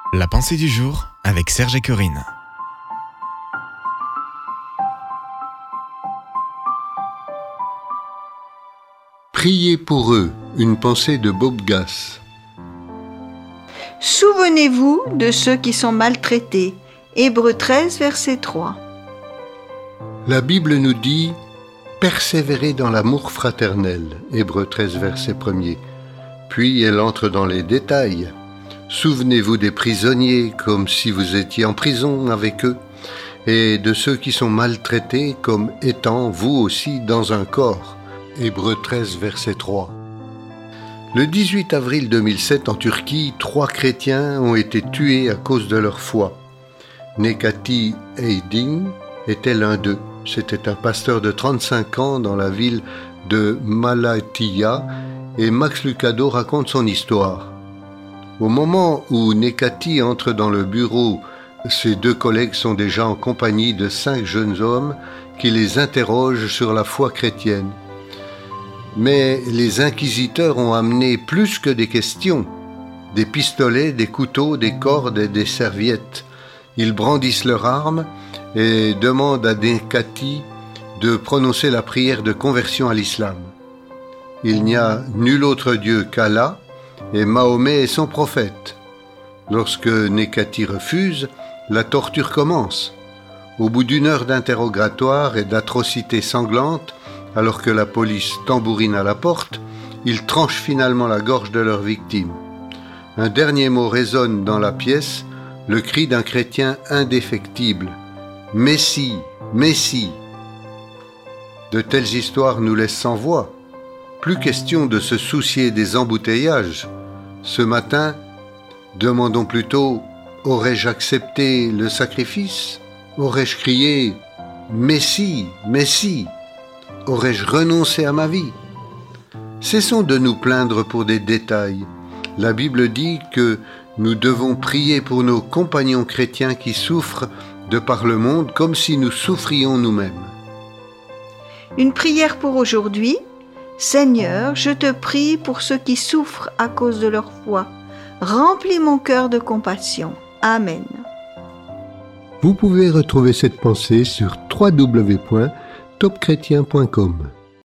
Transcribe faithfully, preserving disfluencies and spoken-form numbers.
La pensée du jour avec Serge et Corinne. Priez pour eux, une pensée de Bob Gass. Souvenez-vous de ceux qui sont maltraités. Hébreux treize, verset trois. La Bible nous dit « Persévérez dans l'amour fraternel » Hébreux treize, verset premier. Puis elle entre dans les détails. Souvenez-vous des prisonniers comme si vous étiez en prison avec eux, et de ceux qui sont maltraités comme étant vous aussi dans un corps. Hébreux treize, verset trois. Le dix-huit avril deux mille sept, en Turquie, trois chrétiens ont été tués à cause de leur foi. Nekati Aydin était l'un d'eux. C'était un pasteur de trente-cinq ans dans la ville de Malatya, et Max Lucado raconte son histoire. Au moment où Nekati entre dans le bureau, ses deux collègues sont déjà en compagnie de cinq jeunes hommes qui les interrogent sur la foi chrétienne. Mais les inquisiteurs ont amené plus que des questions, des pistolets, des couteaux, des cordes et des serviettes. Ils brandissent leurs armes et demandent à Nekati de prononcer la prière de conversion à l'islam. Il n'y a nul autre Dieu qu'Allah, et Mahomet est son prophète. Lorsque Nekati refuse, la torture commence. Au bout d'une heure d'interrogatoire et d'atrocités sanglantes, alors que la police tambourine à la porte, ils tranchent finalement la gorge de leur victime. Un dernier mot résonne dans la pièce, le cri d'un chrétien indéfectible. « Messie, Messie !» De telles histoires nous laissent sans voix. Plus question de se soucier des embouteillages. Ce matin, demandons plutôt « Aurais-je accepté le sacrifice ? Aurais-je crié « Messie, Messie !» Aurais-je renoncé à ma vie ? Cessons de nous plaindre pour des détails. La Bible dit que nous devons prier pour nos compagnons chrétiens qui souffrent de par le monde comme si nous souffrions nous-mêmes. Une prière pour aujourd'hui. Seigneur, je te prie pour ceux qui souffrent à cause de leur foi. Remplis mon cœur de compassion. Amen. Vous pouvez retrouver cette pensée sur w w w point top chrétien point com.